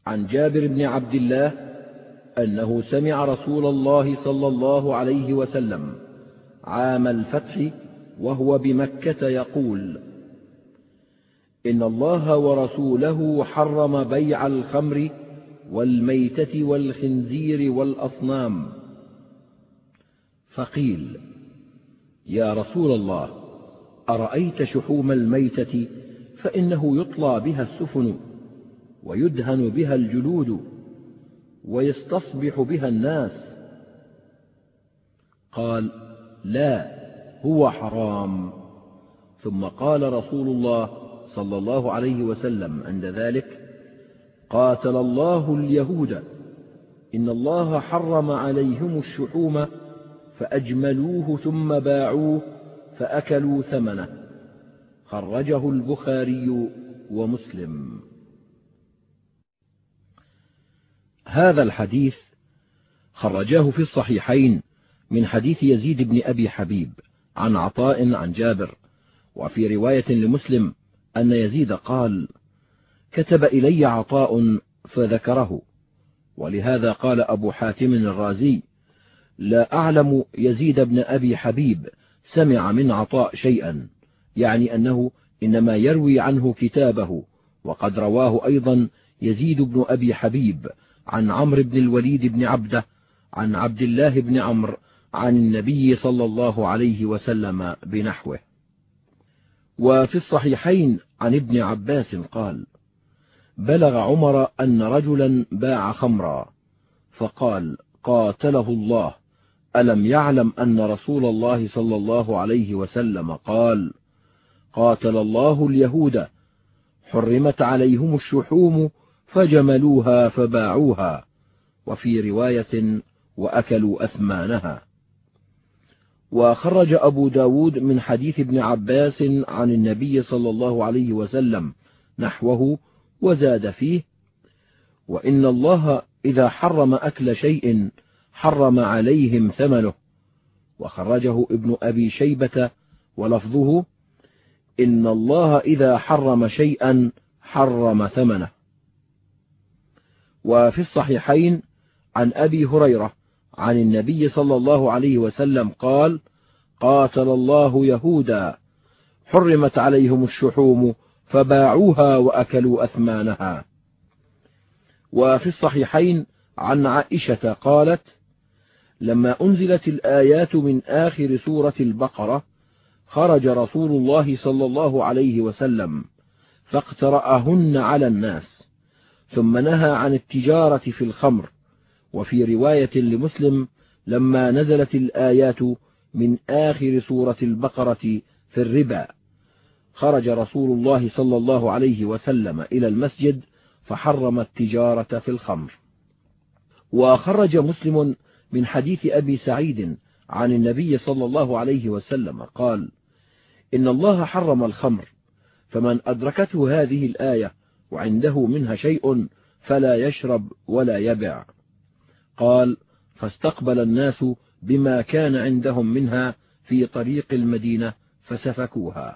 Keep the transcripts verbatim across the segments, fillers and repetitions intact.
عن جابر بن عبد الله أنه سمع رسول الله صلى الله عليه وسلم عام الفتح وهو بمكة يقول: إن الله ورسوله حرم بيع الخمر والميتة والخنزير والأصنام. فقيل: يا رسول الله، أرأيت شحوم الميتة فإنه يطلى بها السفن ويدهن بها الجلود ويستصبح بها الناس. قال: لا، هو حرام. ثم قال رسول الله صلى الله عليه وسلم عند ذلك: قاتل الله اليهود، إن الله حرم عليهم الشحوم فأجملوه ثم باعوه فأكلوا ثمنه. خرجه البخاري ومسلم. هذا الحديث خرجاه في الصحيحين من حديث يزيد بن أبي حبيب عن عطاء عن جابر، وفي رواية لمسلم أن يزيد قال: كتب إلي عطاء فذكره. ولهذا قال أبو حاتم الرازي: لا أعلم يزيد بن أبي حبيب سمع من عطاء شيئا، يعني أنه إنما يروي عنه كتابه. وقد رواه أيضا يزيد بن أبي حبيب عن عمرو بن الوليد بن عبده عن عبد الله بن عمرو عن النبي صلى الله عليه وسلم بنحوه. وفي الصحيحين عن ابن عباس قال: بلغ عمر أن رجلا باع خمرا فقال: قاتله الله، ألم يعلم أن رسول الله صلى الله عليه وسلم قال: قاتل الله اليهود، حرمت عليهم الشحوم فجملوها فباعوها، وفي رواية: وأكلوا أثمانها. وخرج أبو داود من حديث ابن عباس عن النبي صلى الله عليه وسلم نحوه، وزاد فيه: وإن الله إذا حرم أكل شيء حرم عليهم ثمنه. وخرجه ابن أبي شيبة ولفظه: إن الله إذا حرم شيئا حرم ثمنه. وفي الصحيحين عن أبي هريرة عن النبي صلى الله عليه وسلم قال: قاتل الله يهودا، حرمت عليهم الشحوم فباعوها وأكلوا أثمانها. وفي الصحيحين عن عائشة قالت: لما أنزلت الآيات من آخر سورة البقرة خرج رسول الله صلى الله عليه وسلم فاقترأهن على الناس، ثم نهى عن التجارة في الخمر. وفي رواية لمسلم: لما نزلت الآيات من آخر سورة البقرة في الربا خرج رسول الله صلى الله عليه وسلم إلى المسجد فحرم التجارة في الخمر. وخرج مسلم من حديث أبي سعيد عن النبي صلى الله عليه وسلم قال: إن الله حرم الخمر، فمن أدركته هذه الآية وعنده منها شيء فلا يشرب ولا يبع. قال: فاستقبل الناس بما كان عندهم منها في طريق المدينة فسفكوها.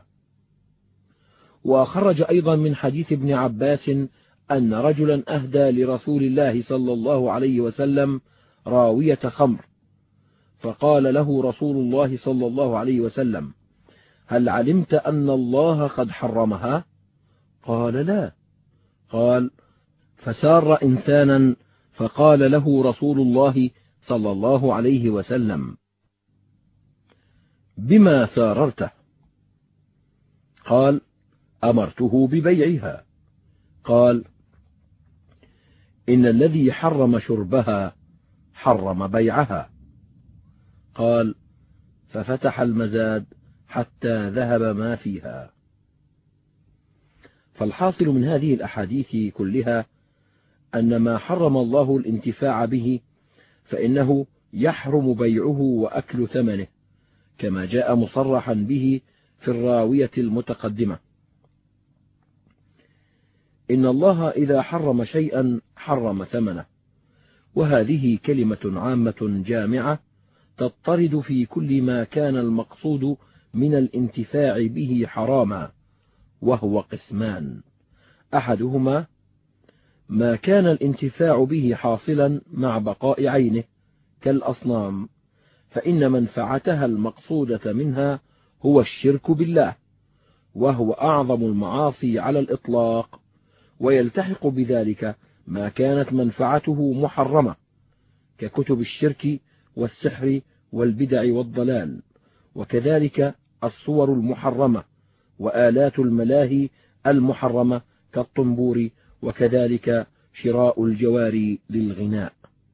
وخرج أيضا من حديث ابن عباس أن رجلا أهدى لرسول الله صلى الله عليه وسلم راوية خمر، فقال له رسول الله صلى الله عليه وسلم: هل علمت أن الله قد حرمها؟ قال: لا. قال: فسار إنسانا فقال له رسول الله صلى الله عليه وسلم: بما ساررته؟ قال: أمرته ببيعها. قال: إن الذي حرم شربها حرم بيعها. قال: ففتح المزاد حتى ذهب ما فيها. فالحاصل من هذه الأحاديث كلها أن ما حرم الله الانتفاع به فإنه يحرم بيعه وأكل ثمنه، كما جاء مصرحا به في الراوية المتقدمة: إن الله إذا حرم شيئا حرم ثمنه. وهذه كلمة عامة جامعة تضطرد في كل ما كان المقصود من الانتفاع به حراما، وهو قسمان: أحدهما ما كان الانتفاع به حاصلا مع بقاء عينه كالأصنام، فإن منفعتها المقصودة منها هو الشرك بالله، وهو أعظم المعاصي على الإطلاق، ويلتحق بذلك ما كانت منفعته محرمة ككتب الشرك والسحر والبدع والضلال، وكذلك الصور المحرمة وآلات الملاهي المحرمة كالطنبور، وكذلك شراء الجواري للغناء.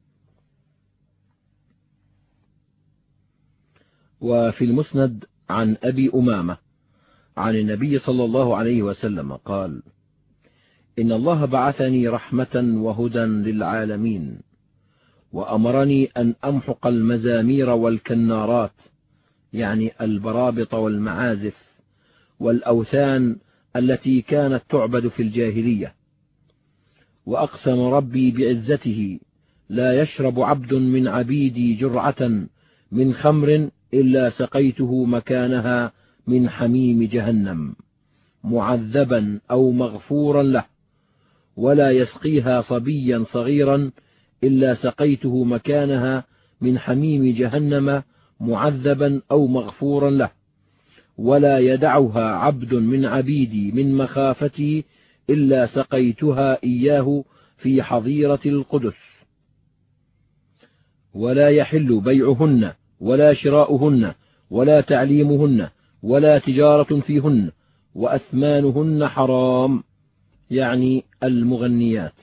وفي المسند عن أبي أمامة عن النبي صلى الله عليه وسلم قال: إن الله بعثني رحمة وهدى للعالمين، وأمرني أن أمحق المزامير والكنارات، يعني البرابط والمعازف والأوثان التي كانت تعبد في الجاهلية. وأقسم ربي بعزته: لا يشرب عبد من عبيدي جرعة من خمر إلا سقيته مكانها من حميم جهنم معذبا أو مغفورا له، ولا يسقيها صبيا صغيرا إلا سقيته مكانها من حميم جهنم معذبا أو مغفورا له، ولا يدعها عبد من عبيدي من مخافتي إلا سقيتها إياه في حظيرة القدس. ولا يحل بيعهن ولا شراؤهن ولا تعليمهن ولا تجارة فيهن، وأثمانهن حرام، يعني المغنيات.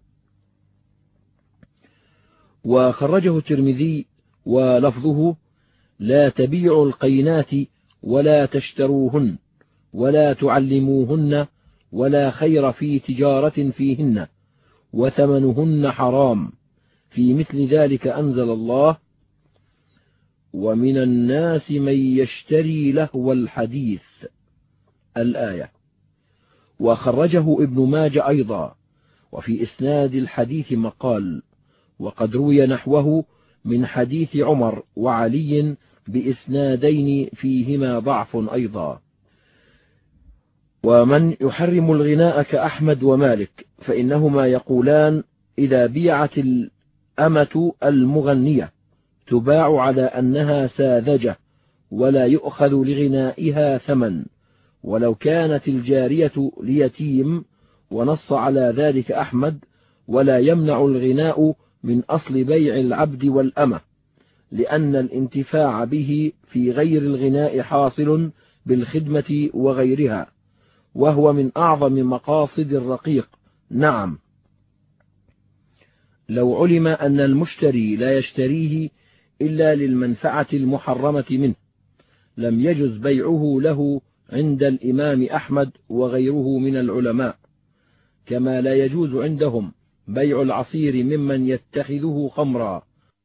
وخرجه الترمذي ولفظه: لا تبيعوا القينات ولا تشتروهن ولا تعلموهن ولا خير في تجارة فيهن وثمنهن حرام. في مثل ذلك أنزل الله: ومن الناس من يشتري لهو الحديث، الآية. وخرجه ابن ماجه أيضا، وفي إسناد الحديث مقال، وقد روي نحوه من حديث عمر وعلي بإسنادين فيهما ضعف أيضا. ومن يحرم الغناء كأحمد ومالك، فإنهما يقولان: إذا بيعت الأمة المغنية تباع على أنها ساذجة ولا يؤخذ لغنائها ثمن، ولو كانت الجارية ليتيم. ونص على ذلك أحمد: ولا يمنع الغناء من أصل بيع العبد والأمة، لأن الانتفاع به في غير الغناء حاصل بالخدمة وغيرها، وهو من أعظم مقاصد الرقيق. نعم، لو علم أن المشتري لا يشتريه إلا للمنفعة المحرمة منه لم يجز بيعه له عند الإمام أحمد وغيره من العلماء، كما لا يجوز عندهم بيع العصير ممن يتخذه خمرا،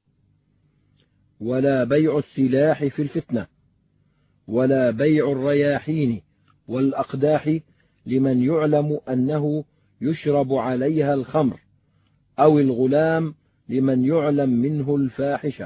ولا بيع السلاح في الفتنة، ولا بيع الرياحين والأقداح لمن يعلم أنه يشرب عليها الخمر، أو الغلام لمن يعلم منه الفاحشة.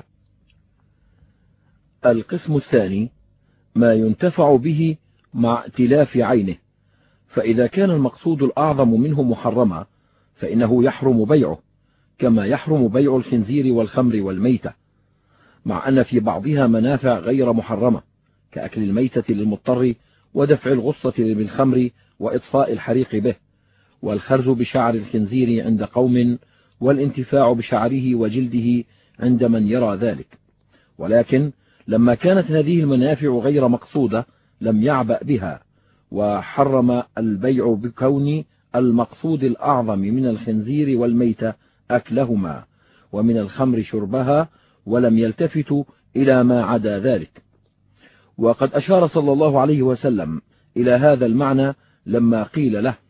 القسم الثاني: ما ينتفع به مع ائتلاف عينه، فإذا كان المقصود الأعظم منه محرما فإنه يحرم بيعه، كما يحرم بيع الخنزير والخمر والميتة، مع أن في بعضها منافع غير محرمة كأكل الميتة للمضطر، ودفع الغصة بالخمر، وإطفاء الحريق به، والخرز بشعر الخنزير عند قوم، والانتفاع بشعره وجلده عند من يرى ذلك. ولكن لما كانت هذه المنافع غير مقصودة لم يعبأ بها، وحرم البيع بكون المقصود الأعظم من الخنزير والميتة أكلهما، ومن الخمر شربها، ولم يلتفتوا إلى ما عدا ذلك. وقد أشار صلى الله عليه وسلم إلى هذا المعنى لما قيل له: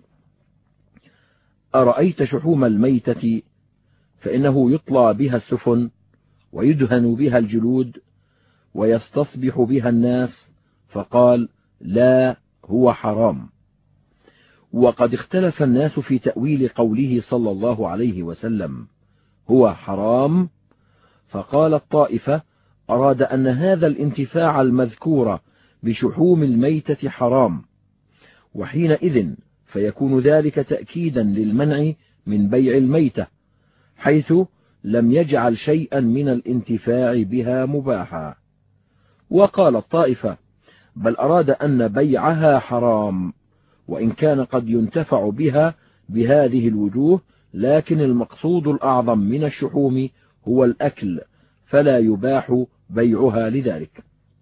أرأيت شحوم الميتة فإنه يطلى بها السفن ويدهن بها الجلود ويستصبح بها الناس، فقال: لا، هو حرام. وقد اختلف الناس في تأويل قوله صلى الله عليه وسلم هو حرام، فقال الطائفة: أراد أن هذا الانتفاع المذكور بشحوم الميتة حرام، وحينئذ فيكون ذلك تأكيدا للمنع من بيع الميتة، حيث لم يجعل شيئا من الانتفاع بها مباحا. وقال الطائفة: بل أراد أن بيعها حرام، وإن كان قد ينتفع بها بهذه الوجوه، لكن المقصود الأعظم من الشحوم هو الأكل، فلا يباح بيعها لذلك.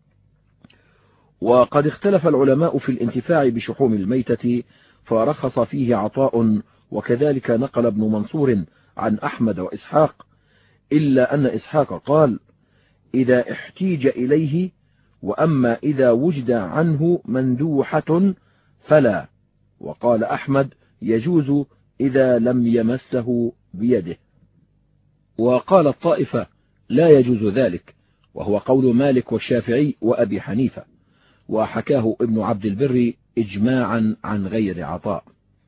وقد اختلف العلماء في الانتفاع بشحوم الميتة، فرخص فيه عطاء، وكذلك نقل ابن منصور عن أحمد وإسحاق، إلا أن إسحاق قال: إذا احتيج إليه، وأما إذا وجد عنه مندوحة فلا. وقال أحمد: يجوز إذا لم يمسه بيده. وقال الطائفة: لا يجوز ذلك، وهو قول مالك والشافعي وأبي حنيفة، وحكاه ابن عبد البر إجماعا عن غير عطاء.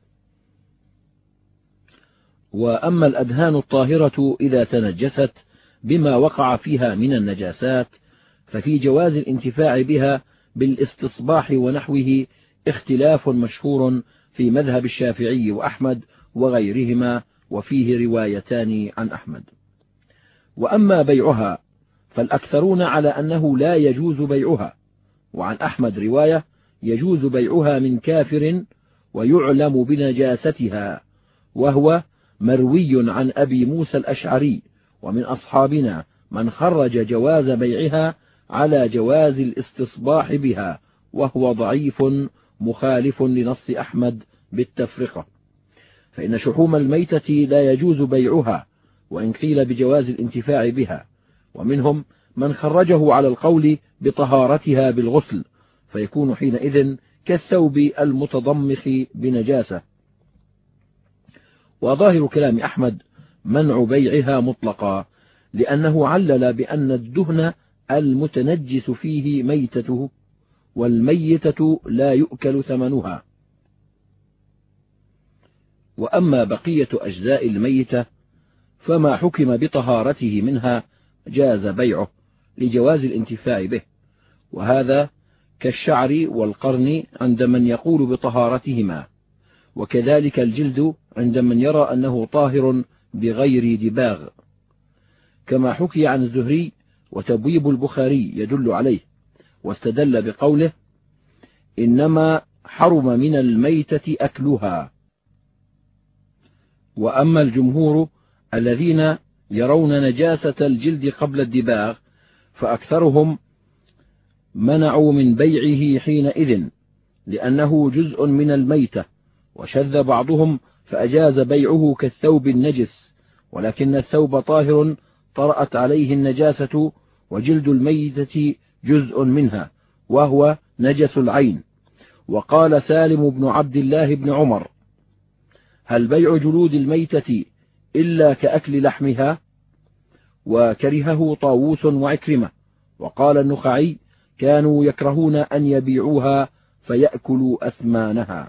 وأما الأدهان الطاهرة إذا تنجست بما وقع فيها من النجاسات، ففي جواز الانتفاع بها بالاستصباح ونحوه اختلاف مشهور في مذهب الشافعي وأحمد وغيرهما، وفيه روايتان عن أحمد. وأما بيعها فالأكثرون على أنه لا يجوز بيعها، وعن أحمد رواية: يجوز بيعها من كافر ويعلم بنجاستها، وهو مروي عن أبي موسى الأشعري، ومن أصحابنا من خرج جواز بيعها على جواز الاستصباح بها، وهو ضعيف مخالف لنص أحمد بالتفرقة، فإن شحوم الميتة لا يجوز بيعها، وإن قيل بجواز الانتفاع بها. ومنهم من خرجه على القول بطهارتها بالغسل، فيكون حينئذ كالثوب المتضمخ بنجاسة. وظاهر كلام أحمد منع بيعها مطلقا، لأنه علل بأن الدهن المتنجس فيه ميتته، والميتة لا يؤكل ثمنها. وأما بقية أجزاء الميتة فما حكم بطهارته منها جاز بيعه لجواز الانتفاع به، وهذا كالشعر والقرن عند من يقول بطهارتهما، وكذلك الجلد عند من يرى أنه طاهر بغير دباغ، كما حكي عن الزهري، وتبويب البخاري يدل عليه، واستدل بقوله: إنما حرم من الميتة أكلها. وأما الجمهور الذين يرون نجاسة الجلد قبل الدباغ، فأكثرهم منعوا من بيعه حينئذ، لأنه جزء من الميتة، وشذ بعضهم فأجاز بيعه كالثوب النجس، ولكن الثوب طاهر طرأت عليه النجاسة، وجلد الميتة جزء منها وهو نجس العين. وقال سالم بن عبد الله بن عمر: هل بيع جلود الميتة إلا كأكل لحمها؟ وكرهه طاووس وعكرمة. وقال النخعي: كانوا يكرهون أن يبيعوها فيأكلوا أثمانها.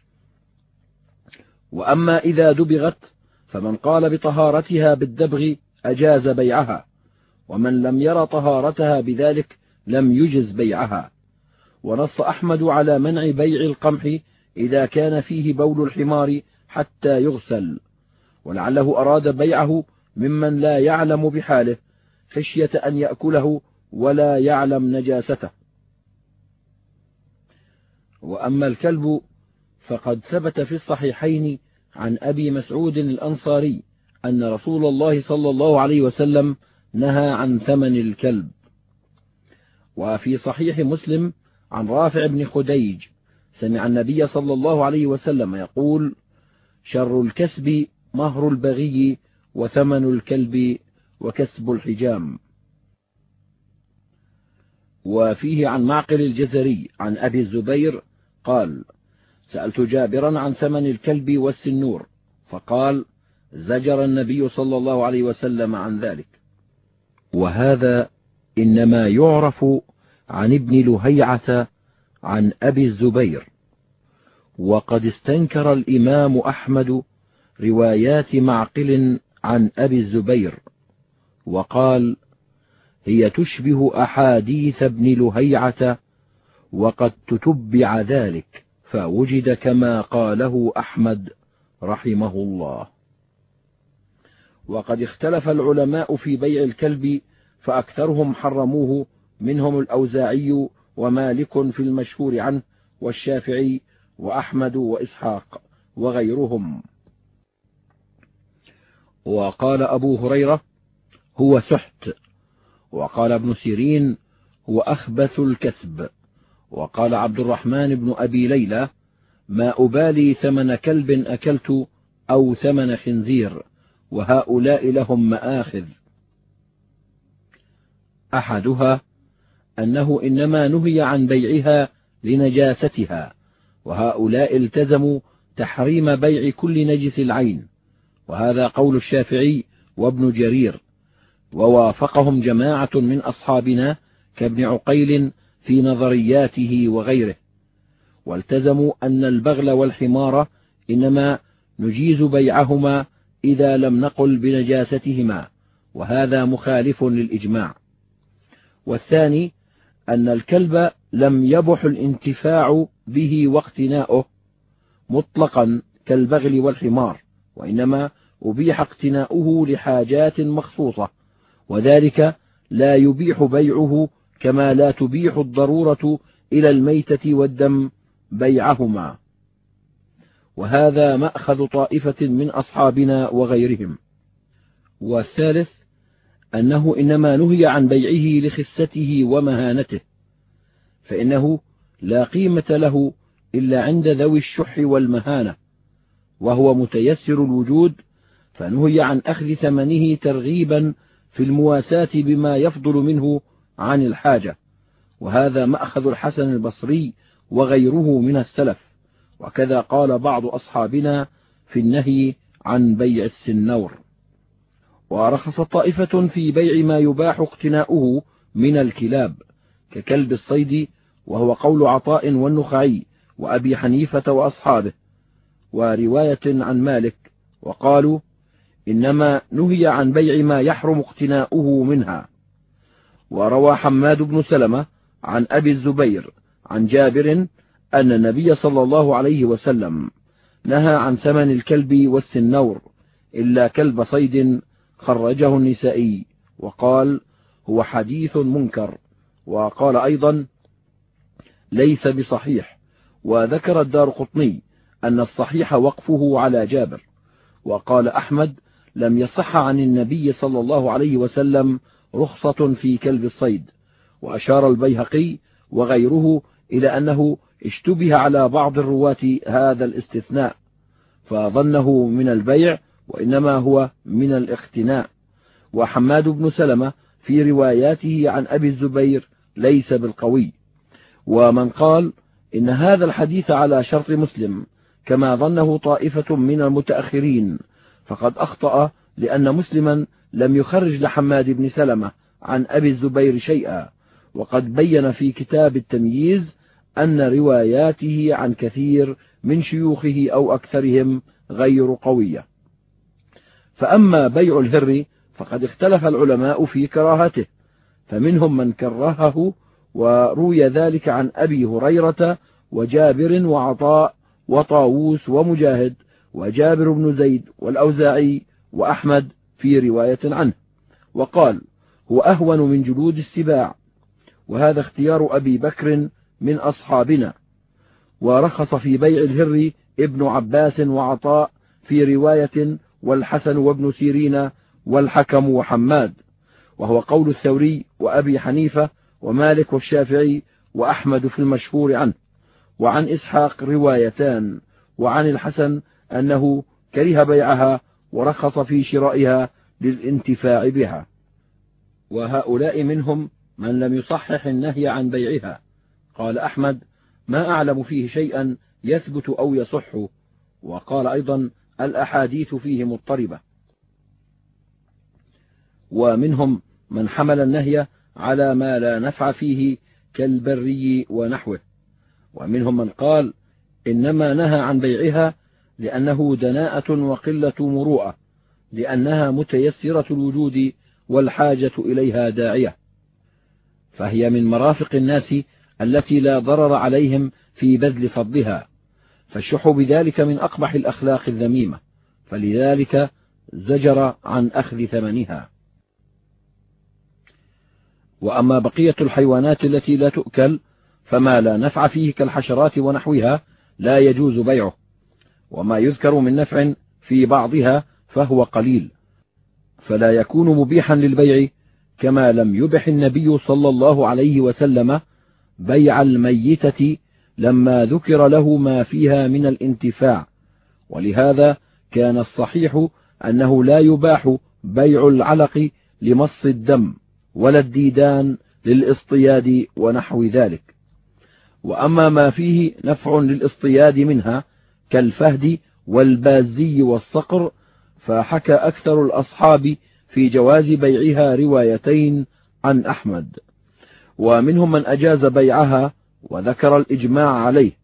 وأما إذا دبغت فمن قال بطهارتها بالدبغ أجاز بيعها، ومن لم ير طهارتها بذلك لم يجز بيعها. ونص أحمد على منع بيع القمح إذا كان فيه بول الحمار حتى يغسل، ولعله أراد بيعه ممن لا يعلم بحاله، خشية أن يأكله ولا يعلم نجاسته. وأما الكلب فقد ثبت في الصحيحين عن أبي مسعود الأنصاري أن رسول الله صلى الله عليه وسلم نهى عن ثمن الكلب. وفي صحيح مسلم عن رافع بن خديج سمع النبي صلى الله عليه وسلم يقول: شر الكسب مهر البغي، وثمن الكلب وكسب الحجام. وفيه عن معقل الجزري عن أبي الزبير قال: سألت جابرا عن ثمن الكلب والسنور، فقال: زجر النبي صلى الله عليه وسلم عن ذلك. وهذا إنما يعرف عن ابن لهيعة عن أبي الزبير. وقد استنكر الإمام أحمد روايات معقل عن أبي الزبير، وقال: هي تشبه أحاديث ابن لهيعة، وقد تتبع ذلك فوجد كما قاله أحمد رحمه الله. وقد اختلف العلماء في بيع الكلب، فأكثرهم حرموه، منهم الأوزاعي ومالك في المشهور عنه، والشافعي وأحمد وإسحاق وغيرهم. وقال أبو هريرة: هو سحت. وقال ابن سيرين: هو أخبث الكسب. وقال عبد الرحمن بن أبي ليلى: ما أبالي ثمن كلب أكلت أو ثمن خنزير، وهؤلاء لهم مآخذ. أحدها أنه إنما نهي عن بيعها لنجاستها، وهؤلاء التزموا تحريم بيع كل نجس العين، وهذا قول الشافعي وابن جرير، ووافقهم جماعة من أصحابنا كابن عقيل في نظرياته وغيره، والتزموا أن البغل والحمار إنما نجيز بيعهما إذا لم نقل بنجاستهما، وهذا مخالف للإجماع. والثاني أن الكلب لم يبح الانتفاع به واقتناؤه مطلقا كالبغل والحمار، وإنما أبيح اقتناؤه لحاجات مخصوصة، وذلك لا يبيح بيعه كما لا تبيح الضرورة إلى الميتة والدم بيعهما، وهذا مأخذ طائفة من أصحابنا وغيرهم. والثالث أنه إنما نهي عن بيعه لخسته ومهانته، فإنه لا قيمة له إلا عند ذوي الشح والمهانة، وهو متيسر الوجود، فنهي عن أخذ ثمنه ترغيبا في المواساة بما يفضل منه عن الحاجة، وهذا مأخذ الحسن البصري وغيره من السلف، وكذا قال بعض أصحابنا في النهي عن بيع السنور. ورخص طائفة في بيع ما يباح اقتناؤه من الكلاب ككلب الصيد، وهو قول عطاء والنخعي وأبي حنيفة وأصحابه، ورواية عن مالك، وقالوا إنما نهي عن بيع ما يحرم اقتناؤه منها. وروى حماد بن سلمة عن أبي الزبير عن جابر أن النبي صلى الله عليه وسلم نهى عن ثمن الكلب والسنور إلا كلب صيد، خرجه النسائي، وقال هو حديث منكر. وقال أيضا ليس بصحيح. وذكر الدارقطني أن الصحيح وقفه على جابر. وقال أحمد لم يصح عن النبي صلى الله عليه وسلم رخصة في كلب الصيد. وأشار البيهقي وغيره إلى أنه اشتبه على بعض الرواة هذا الاستثناء، فظنه من البيع وإنما هو من الاقتناء. وحماد بن سلمة في رواياته عن أبي الزبير ليس بالقوي. ومن قال إن هذا الحديث على شرط مسلم كما ظنه طائفة من المتأخرين فقد أخطأ، لأن مسلما لم يخرج لحماد بن سلمة عن أبي الزبير شيئا، وقد بين في كتاب التمييز أن رواياته عن كثير من شيوخه أو أكثرهم غير قوية. فأما بيع الهر فقد اختلف العلماء في كراهته، فمنهم من كرهه، وروي ذلك عن أبي هريرة وجابر وعطاء وطاووس ومجاهد وجابر بن زيد والأوزاعي وأحمد في رواية عنه، وقال هو أهون من جلود السباع، وهذا اختيار أبي بكر من أصحابنا. ورخص في بيع الهر ابن عباس وعطاء في رواية، والحسن وابن سيرين والحكم وحماد، وهو قول الثوري وأبي حنيفة ومالك والشافعي وأحمد في المشهور عنه. وعن إسحاق روايتان، وعن الحسن أنه كره بيعها ورخص في شرائها للانتفاع بها. وهؤلاء منهم من لم يصحح النهي عن بيعها. قال أحمد ما أعلم فيه شيئا يثبت أو يصح. وقال أيضا الأحاديث فيه مضطربة. ومنهم من حمل النهي على ما لا نفع فيه كالبري ونحوه. ومنهم من قال إنما نهى عن بيعها لأنه دناءة وقلة مروءة، لأنها متيسرة الوجود والحاجة إليها داعية، فهي من مرافق الناس التي لا ضرر عليهم في بذل فضلها، فالشح بذلك من أقبح الأخلاق الذميمة، فلذلك زجر عن أخذ ثمنها. وأما بقية الحيوانات التي لا تؤكل فما لا نفع فيه كالحشرات ونحوها لا يجوز بيعه، وما يذكر من نفع في بعضها فهو قليل، فلا يكون مبيحا للبيع، كما لم يبح النبي صلى الله عليه وسلم بيع الميتة لما ذكر له ما فيها من الانتفاع. ولهذا كان الصحيح أنه لا يباح بيع العلق لمص الدم ولا الديدان للاصطياد ونحو ذلك. وأما ما فيه نفع للاصطياد منها كالفهد والبازي والصقر فحكى أكثر الأصحاب في جواز بيعها روايتين عن أحمد، ومنهم من أجاز بيعها وذكر الإجماع عليه،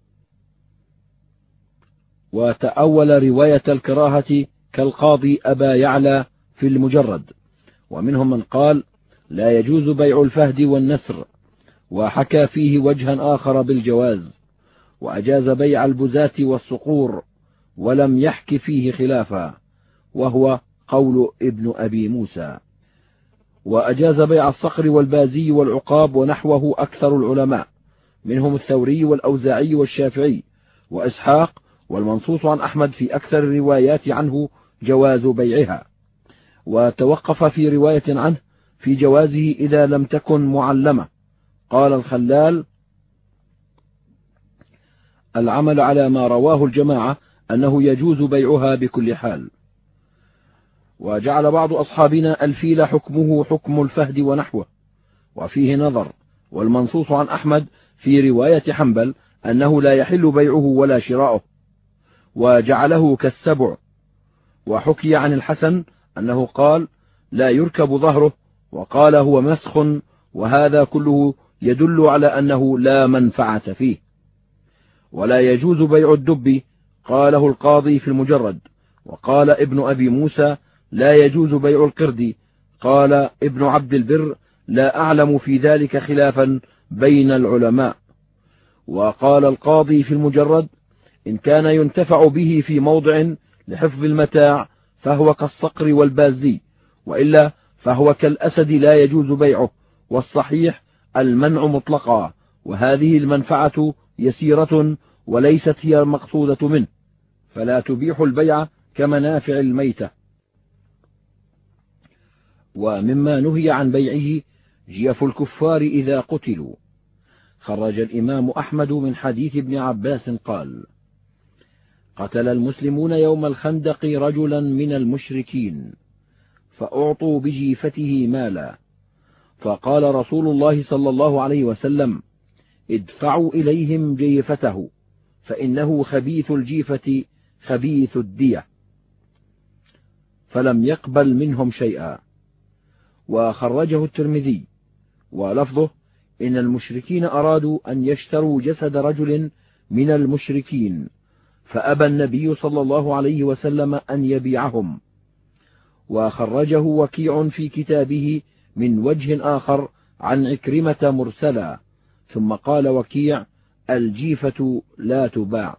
وتأول رواية الكراهة كالقاضي أبا يعلى في المجرد. ومنهم من قال لا يجوز بيع الفهد والنسر، وحكى فيه وجها آخر بالجواز، وأجاز بيع البزاة والصقور ولم يحك فيه خلافا، وهو قول ابن أبي موسى. وأجاز بيع الصقر والبازي والعقاب ونحوه أكثر العلماء، منهم الثوري والأوزاعي والشافعي وإسحاق، والمنصوص عن أحمد في أكثر الروايات عنه جواز بيعها. وتوقف في رواية عنه في جوازه إذا لم تكن معلمة. قال الخلال: العمل على ما رواه الجماعة أنه يجوز بيعها بكل حال. وجعل بعض أصحابنا الفيل حكمه حكم الفهد ونحوه، وفيه نظر، والمنصوص عن أحمد في رواية حنبل أنه لا يحل بيعه ولا شراؤه، وجعله كالسبع. وحكي عن الحسن أنه قال لا يركب ظهره، وقال هو مسخ، وهذا كله يدل على أنه لا منفعة فيه. ولا يجوز بيع الدب، قاله القاضي في المجرد. وقال ابن أبي موسى لا يجوز بيع القرد. قال ابن عبد البر لا أعلم في ذلك خلافا بين العلماء. وقال القاضي في المجرد إن كان ينتفع به في موضع لحفظ المتاع فهو كالصقر والبازي، وإلا فهو كالأسد لا يجوز بيعه، والصحيح المنع مطلقا، وهذه المنفعة يسيرة وليست هي المقصودة منه، فلا تبيح البيع كمنافع الميتة. ومما نهي عن بيعه جيف الكفار إذا قتلوا. خرج الإمام أحمد من حديث ابن عباس قال: قتل المسلمون يوم الخندق رجلا من المشركين فأعطوا بجيفته مالا، فقال رسول الله صلى الله عليه وسلم: ادفعوا إليهم جيفته، فإنه خبيث الجيفة خبيث الدية، فلم يقبل منهم شيئا. وخرجه الترمذي ولفظه: إن المشركين أرادوا أن يشتروا جسد رجل من المشركين فأبى النبي صلى الله عليه وسلم أن يبيعهم. وخرجه وكيع في كتابه من وجه آخر عن عكرمة مرسلا، ثم قال وكيع: الجيفة لا تباع.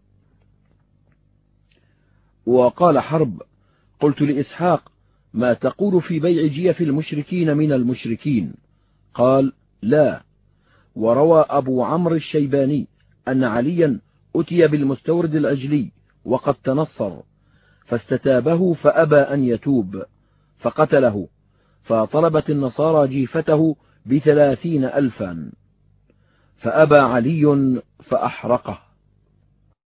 وقال حرب: قلت لإسحاق: ما تقول في بيع جيف المشركين من المشركين؟ قال: لا. وروى أبو عمرو الشيباني أن عليا أتي بالمستورد العجلي وقد تنصر، فاستتابه فأبى أن يتوب فقتله، فطلبت النصارى جيفته بثلاثين ألفا، فأبى علي فأحرقه.